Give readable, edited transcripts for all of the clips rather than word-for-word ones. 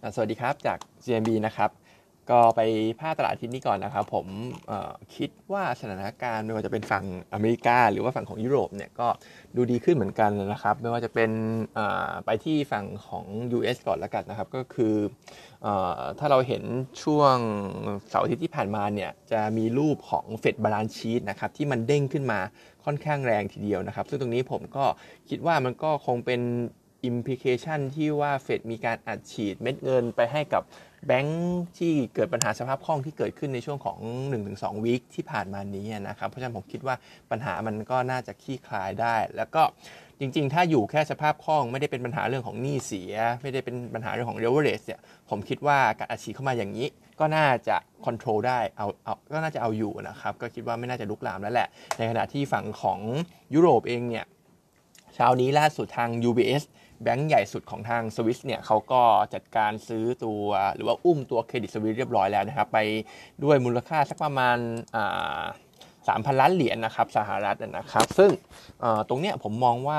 สวัสดีครับจาก GMB นะครับก็ไปภาคตลาดอาทิตย์นี้ก่อนนะครับผมคิดว่าสถานการณ์ไม่ว่าจะเป็นฝั่งอเมริกาหรือว่าฝั่งของยุโรปเนี่ยก็ดูดีขึ้นเหมือนกันนะครับไม่ว่าจะเป็นไปที่ฝั่งของ US ก่อนแล้วกันนะครับก็คือถ้าเราเห็นช่วงเสาร์อาทิตย์ที่ผ่านมาเนี่ยจะมีรูปของ Fed Balance Sheet นะครับที่มันเด้งขึ้นมาค่อนข้างแรงทีเดียวนะครับซึ่งตรงนี้ผมก็คิดว่ามันก็คงเป็นimplication ที่ว่าเฟดมีการอัดฉีดเม็ดเงินไปให้กับแบงค์ที่เกิดปัญหาสภาพคล่องที่เกิดขึ้นในช่วงของ 1-2 วีคที่ผ่านมานี้นะครับเพราะฉะนั้นผมคิดว่าปัญหามันก็น่าจะคลี่คลายได้แล้วก็จริงๆถ้าอยู่แค่สภาพคล่องไม่ได้เป็นปัญหาเรื่องของหนี้เสียไม่ได้เป็นปัญหาเรื่องของ leverage เนี่ยผมคิดว่าการอัดฉีดเข้ามาอย่างนี้ก็น่าจะ control ได้ก็น่าจะเอาอยู่นะครับก็คิดว่าไม่น่าจะลุกลามแล้วแหละในขณะที่ฝั่งของยุโรปเองเนี่ยเช้านี้ล่าสุดทาง UBSแบงก์ใหญ่สุดของทางสวิสเนี่ยเขาก็จัดการซื้อตัวหรือว่าอุ้มตัวเครดิตสวิสเรียบร้อยแล้วนะครับไปด้วยมูลค่าสักประมาณ3,000 ล้านเหรียญนะครับสหรัฐนะครับซึ่งตรงเนี้ยผมมองว่า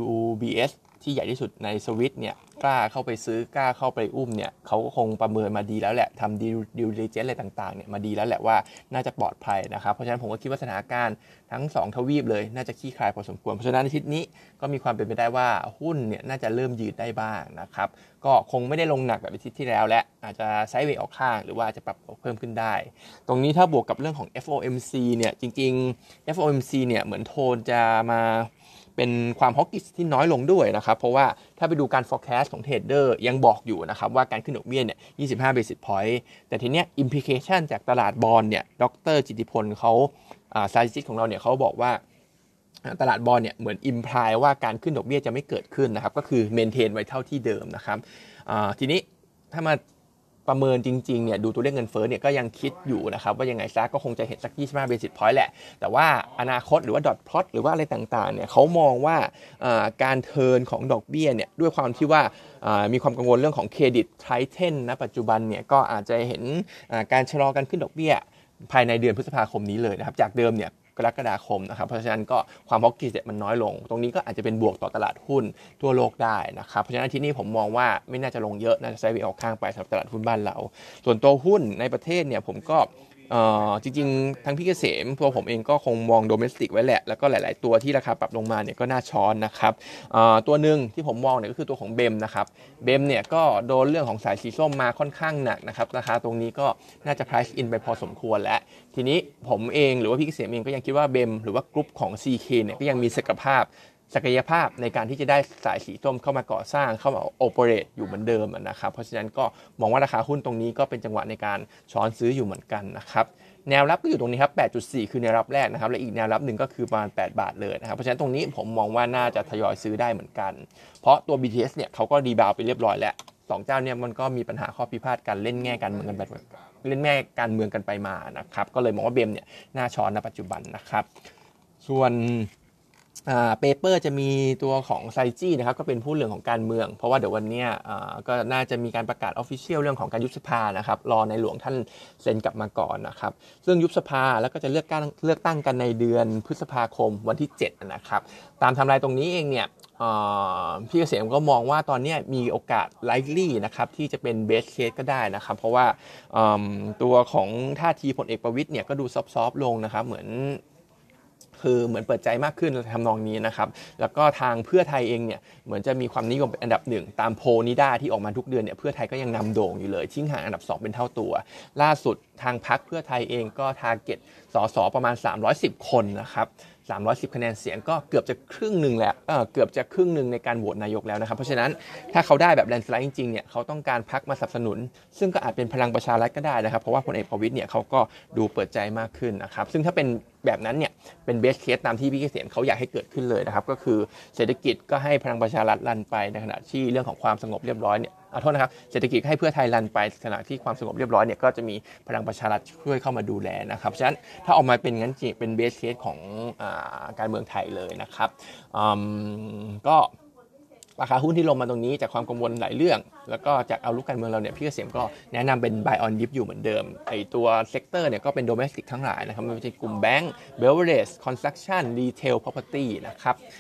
UBS ที่ใหญ่ที่สุดในสวิสเนี่ยกล้าเข้าไปซื้อกล้าเข้าไปอุ้มเนี่ยเขาก็คงประเมินมาดีแล้วแหละทำดิวดิลิเจนซ์อะไรต่างๆเนี่ยมาดีแล้วแหละว่าน่าจะปลอดภัยนะครับเพราะฉะนั้นผมก็คิดว่าสถานการณ์ทั้ง2ทวีปเลยน่าจะคลี่คลายพอสมควรเพราะฉะนั้นอาทิตย์นี้ก็มีความเป็นไปได้ว่าหุ้นเนี่ยน่าจะเริ่มยืดได้บ้างนะครับก็คงไม่ได้ลงหนักแบบอาทิตย์ที่แล้วและอาจจะไซด์เวย์ออกข้างหรือว่าจะปรับเพิ่มขึ้นได้ตรงนี้ถ้าบวกกับเรื่องของ FOMC เนี่ยจริงๆ FOMC เนี่ยเหมือนโทนจะมาเป็นความฮอกกิชที่น้อยลงด้วยนะครับเพราะว่าถ้าไปดูการ forecast ของเทรดเดอร์ยังบอกอยู่นะครับว่าการขึ้นดอกเบี้ยเนี่ย25 basis point แต่ทีเนี้ย implication จากตลาดบอนด์เนี่ยดร.จิตติพลเขาstrategist ของเราเนี่ยเขาบอกว่าตลาดบอนด์เนี่ยเหมือน imply ว่าการขึ้นดอกเบี้ยจะไม่เกิดขึ้นนะครับก็คือ maintain ไว้เท่าที่เดิมนะครับทีนี้ถ้ามาประเมินจริงๆเนี่ยดูตัวเลขเงินเฟ้อเนี่ยก็ยังคิดอยู่นะครับว่ายังไงซะก็คงจะเห็นสัก25 basis point แหละแต่ว่าอนาคตหรือว่า dot plot หรือว่าอะไรต่างๆเนี่ยเขามองว่าการเทิร์นของดอกเบี้ยเนี่ยด้วยความที่ว่ามีความกังวลเรื่องของเครดิตไทเทนณปัจจุบันเนี่ยก็อาจจะเห็นการชะลอการขึ้นดอกเบี้ยภายในเดือนพฤษภาคมนี้เลยนะครับจากเดิมเนี่ยกรกฎาคมนะครับเพราะฉะนั้นก็ความฮอกกิชมันน้อยลงตรงนี้ก็อาจจะเป็นบวกต่อตลาดหุ้นทั่วโลกได้นะครับเพราะฉะนั้นที่นี่ผมมองว่าไม่น่าจะลงเยอะน่าจะไซด์เวย์ออกข้างไปสำหรับตลาดหุ้นบ้านเราส่วนตัวหุ้นในประเทศเนี่ยผมก็จริงๆทั้งพี่เกษมตัวผมเองก็คงมองโดเมสติกไว้แหละแล้วก็หลายๆตัวที่ราคาปรับลงมาเนี่ยก็น่าช้อนนะครับตัวหนึ่งที่ผมมองเนี่ยก็คือตัวของเบมนะครับเบมเนี่ยก็โดนเรื่องของสายสีส้มมาค่อนข้างหนักนะครับราคาตรงนี้ก็น่าจะ price in ไปพอสมควรแล้วทีนี้ผมเองหรือว่าพี่เกษมเองก็ยังคิดว่าเบมหรือว่ากรุ๊ปของ CK เนี่ยก็ยังมีศักยภาพในการที่จะได้สายสีส้มเข้ามาก่อสร้างเข้ามาโอเปเรตอยู่เหมือนเดิมนะครับเพราะฉะนั้นก็มองว่าราคาหุ้นตรงนี้ก็เป็นจังหวะในการช้อนซื้ออยู่เหมือนกันนะครับแนวรับก็อยู่ตรงนี้ครับ 8.4 คือแนวรับแรกนะครับและอีกแนวรับหนึ่งก็คือประมาณ 8 บาทเลยนะครับเพราะฉะนั้นตรงนี้ผมมองว่าน่าจะทยอยซื้อได้เหมือนกันเพราะตัว BTS เนี่ยเขาก็รีบาวไปเรียบร้อยแล้ว2เจ้าเนี่ยมันก็มีปัญหาข้อพิพาทกันเล่นแง่การเมืองกันไปมานะครับก็เลยมองว่าเบมเนี่ยน่าช้อนในปัจจุบันนะครับส่วนเปเปอร์จะมีตัวของไซจี้นะครับก็เป็นผู้เรื่องของการเมืองเพราะว่าเดี๋ยววันนี้ก็น่าจะมีการประกาศออฟฟิเชียลเรื่องของการยุบสภานะครับรอในหลวงท่านเซ็นกลับมาก่อนนะครับซึ่งยุบสภาแล้วก็จะเลือกตั้งกันในเดือนพฤษภาคมวันที่7นะครับตามไทม์ไลน์ตรงนี้เองเนี่ยพี่เกษมก็มองว่าตอนนี้มีโอกาส likely นะครับที่จะเป็น best case ก็ได้นะครับเพราะว่าตัวของท่าทีพลเอกประวิตรเนี่ยก็ดูซอฟๆลงนะครับเหมือนเปิดใจมากขึ้นทำนองนี้นะครับแล้วก็ทางเพื่อไทยเองเนี่ยเหมือนจะมีความนิยมเป็นอันดับ1ตามโพลนิด้าที่ออกมาทุกเดือนเนี่ยเพื่อไทยก็ยังนำโด่งอยู่เลยทิ้งห่างอันดับ2เป็นเท่าตัวล่าสุดทางพรรคเพื่อไทยเองก็ทาร์เก็ตสสประมาณ310คนนะครับ310คะแนนเสียงก็เกือบจะครึ่งนึงแล้วเกือบจะครึ่งนึงในการโหวตนายกแล้วนะครับเพราะฉะนั้นถ้าเขาได้แบบแลนด์สไลด์จริงๆเนี่ยเขาต้องการพรรคมาสนับสนุนซึ่งก็อาจเป็นพลังประชารัฐก็ได้นะครับเพราะว่าพลเอกประวิตรเนี่ยเขาก็ดูเปิดใจมากขึ้นนะครับซึ่งถ้าเป็นแบบนั้นเนี่ยเป็นเบสเคสตามที่พี่เกษมเขาอยากให้เกิดขึ้นเลยนะครับก็คือเศรษฐกิจก็ให้พลังประชารัฐรันไปในขณะที่เรื่องของความสงบเรียบร้อยเนี่ยโทษนะครับเศรษฐกิจให้เพื่อไทยรันไปขณะที่ความสงบเรียบร้อยเนี่ยก็จะมีพลังประชารัฐช่วยเข้ามาดูแลนะครับฉะนั้นถ้าออกมาเป็นงั้นจริงเป็นเบสเคสของการเมืองไทยเลยนะครับก็ราคาหุ้นที่ลงมาตรงนี้จากความกังวลหลายเรื่องแล้วก็จากเอาลุกการเมืองเราเนี่ยพี่เกษมก็แนะนำเป็น buy on dip อยู่เหมือนเดิมไอตัวเซกเตอร์เนี่ยก็เป็น domestic ทั้งหลายนะครับไม่ว่าจะกลุ่มแบงก์ beverage construction retail property นะครับ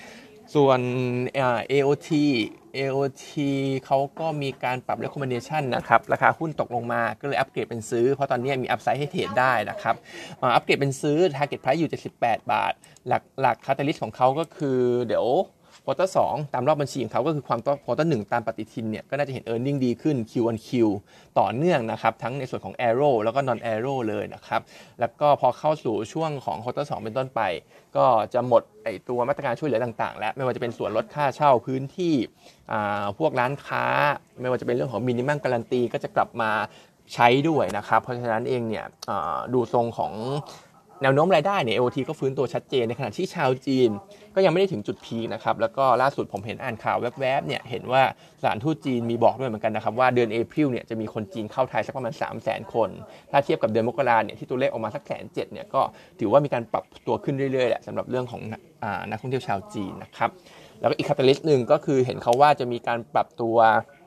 ส่วน AOTเขาก็มีการปรับ recommendation นะครับราคาหุ้นตกลงมาก็เลยอัปเกรดเป็นซื้อเพราะตอนนี้มีอัพไซด์ให้เทรดได้นะครับอัปเกรดเป็นซื้อ target price อยู่78 บาทหลัก catalyst ของเขาก็คือเดี๋ยวควอเตอร์2ตามรอบบัญชีของเขาก็คือความควอเตอร์1ตามปฏิทินเนี่ยก็น่าจะเห็น earning ดีขึ้น Q1Q ต่อเนื่องนะครับทั้งในส่วนของ Aero แล้วก็ Non Aero เลยนะครับแล้วก็พอเข้าสู่ช่วงของควอเตอร์2เป็นต้นไปก็จะหมดไอตัวมาตรการช่วยเหลือต่างๆแล้วไม่ว่าจะเป็นส่วนลดค่าเช่าพื้นที่พวกร้านค้าไม่ว่าจะเป็นเรื่องของ minimum guarantee ก็จะกลับมาใช้ด้วยนะครับเพราะฉะนั้นเองเนี่ยดูทรงของแนวโน้มรายได้เนี่ย AOT ก็ฟื้นตัวชัดเจนในขณะที่ชาวจีนก็ยังไม่ได้ถึงจุดพีคนะครับแล้วก็ล่าสุดผมเห็นอ่านข่าวแวบๆเนี่ยเห็นว่าสถานทูตจีนมีบอกด้วยเหมือนกันนะครับว่าเดือนเอพริลเนี่ยจะมีคนจีนเข้าไทยสักประมาณ 300,000 คนถ้าเทียบกับเดือนมกราเนี่ยที่ตัวเลขออกมาสัก170,000เนี่ยก็ถือว่ามีการปรับตัวขึ้นเรื่อยๆแหละสำหรับเรื่องของนักท่องเที่ยวชาวจีนนะครับแล้วก็อีกคาตาลิสต์นึงก็คือเห็นเขาว่าจะมีการปรับตัว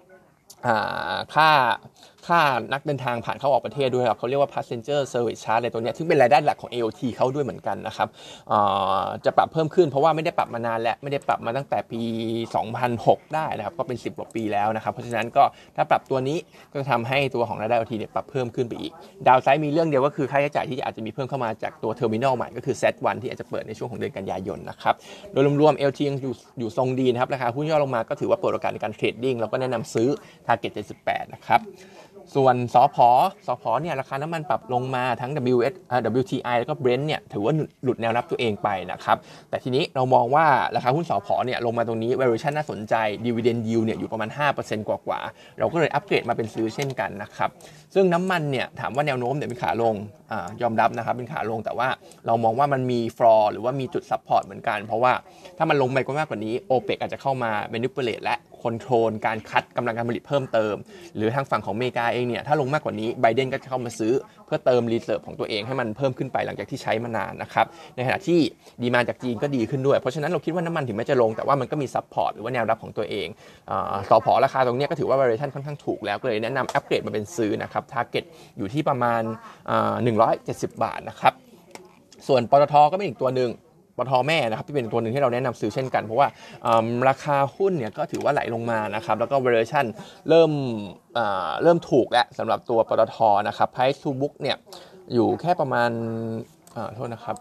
ค่านักเดินทางผ่านเข้าออกประเทศด้วยครับเขาเรียกว่า passenger service charge อะไรตัวนี้ซึ่งเป็นรายได้หลักของ AOT เขาด้วยเหมือนกันนะครับจะปรับเพิ่มขึ้นเพราะว่าไม่ได้ปรับมานานแล้วไม่ได้ปรับมาตั้งแต่ปี 2006 ได้นะครับก็เป็น10 กว่าปีแล้วนะครับเพราะฉะนั้นก็ถ้าปรับตัวนี้ก็จะทำให้ตัวของรายได้ AOT เนี่ยปรับเพิ่มขึ้นไปอีกดาวไซด์มีเรื่องเดียวก็คือค่าใช้จ่ายที่อาจจะมีเพิ่มเข้ามาจากตัวเทอร์มินอลใหม่ก็คือ Z1 ที่อาจจะเปิดในช่วงของเดือนกันยายนนะครับโดยรวมๆ AOT ยังอยู่ทรงดีนะครับราคาหุ้นย่อลงมาก็ถือว่าเปิดโอกาสในการเทรดดิ้งแล้วก็แนะนำซื้อ target 78นะครับส่วนสผเนี่ยราคาน้ำมันปรับลงมาทั้ง WTI แล้วก็ Brent เนี่ยถือว่าหลุดแนวรับตัวเองไปนะครับแต่ทีนี้เรามองว่าราคาหุ้นสผเนี่ยลงมาตรงนี้ valuation น่าสนใจ dividend yield เนี่ยอยู่ประมาณ 5% กว่าเราก็เลยอัปเกรดมาเป็นซื้อเช่นกันนะครับซึ่งน้ำมันเนี่ยถามว่าแนวโน้มเนี่ยเป็นขาลงยอมรับนะครับเป็นขาลงแต่ว่าเรามองว่ามันมีฟลอร์หรือว่ามีจุดซัพพอร์ตเหมือนกันเพราะว่าถ้ามันลงไปมากกว่านี้ OPEC อาจจะเข้ามา manipulate และคอนโทรลการคัดกำลังการผลิตเพิ่มเติมหรือทางฝั่งของอเมริกาเองเนี่ยถ้าลงมากกว่านี้ไบเดนก็จะเข้ามาซื้อเพื่อเติมรีเซิร์ฟของตัวเองให้มันเพิ่มขึ้นไปหลังจากที่ใช้มานานนะครับในขณะที่ดีมานด์จากจีนก็ดีขึ้นด้วยเพราะฉะนั้นเราคิดว่าน้ำมันถึงแม้จะลงแต่ว่ามันก็มีซัพพอร์ตหรือว่าแนวรับของตัวเองสผราคาตรงนี้ก็ถือว่า valuation ค่อนข้างถูกแล้วก็เลยแนะนำอัปเกรดมาเป็นซื้อนะครับ target อยู่ที่ประมาณ170 บาทนะครับส่วนปตท.ก็เป็นอีกตัวนึงปตท.แม่นะครับที่เป็นตัวหนึ่งที่เราแนะนำซื้อเช่นกันเพราะว่าราคาหุ้นเนี่ยก็ถือว่าไหลลงมานะครับแล้วก็ valuation เริ่มถูกแล้วสำหรับตัวปตท.นะครับ price to book เนี่ยอยู่แค่ประมาณโทษนะครับ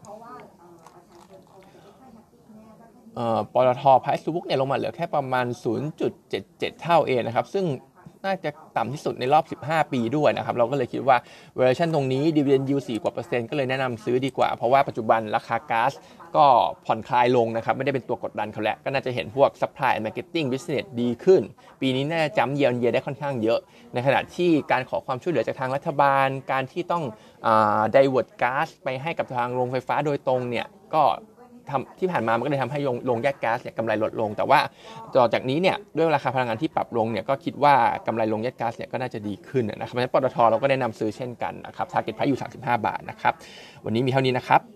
ปตท. price to book เนี่ยลงมาเหลือแค่ประมาณ 0.77 เท่าเองนะครับซึ่งน่าจะต่ำที่สุดในรอบ15 ปีด้วยนะครับเราก็เลยคิดว่า valuation ตรงนี้ dividend yield 4% กว่าก็เลยแนะนำซื้อดีกว่าเพราะว่าปัจจุบันราคาก๊าซก็ผ่อนคลายลงนะครับไม่ได้เป็นตัวกดดันเขาแล้วก็น่าจะเห็นพวก supply and marketing business ดีขึ้นปีนี้น่าจะจัมป์เยียร์ได้ค่อนข้างเยอะในขณะที่การขอความช่วยเหลือจากทางรัฐบาลการที่ต้องdivert ก๊าซไปให้กับทางโรงไฟฟ้าโดยตรงเนี่ยก็ที่ผ่านมามันก็เลยทำให้โรงแยกก๊าซเนี่ยกำไรลดลงแต่ว่าต่อจากนี้เนี่ยด้วยราคาพลังงานที่ปรับลงเนี่ยก็คิดว่ากำไรโรงแยกก๊าซเนี่ยก็น่าจะดีขึ้นนะครับเพราะฉะนั้นปตท.เราก็แนะนำซื้อเช่นกันนะครับ target price อยู่35 บาทนะครับวันนี้มีเท่านี้นะครับ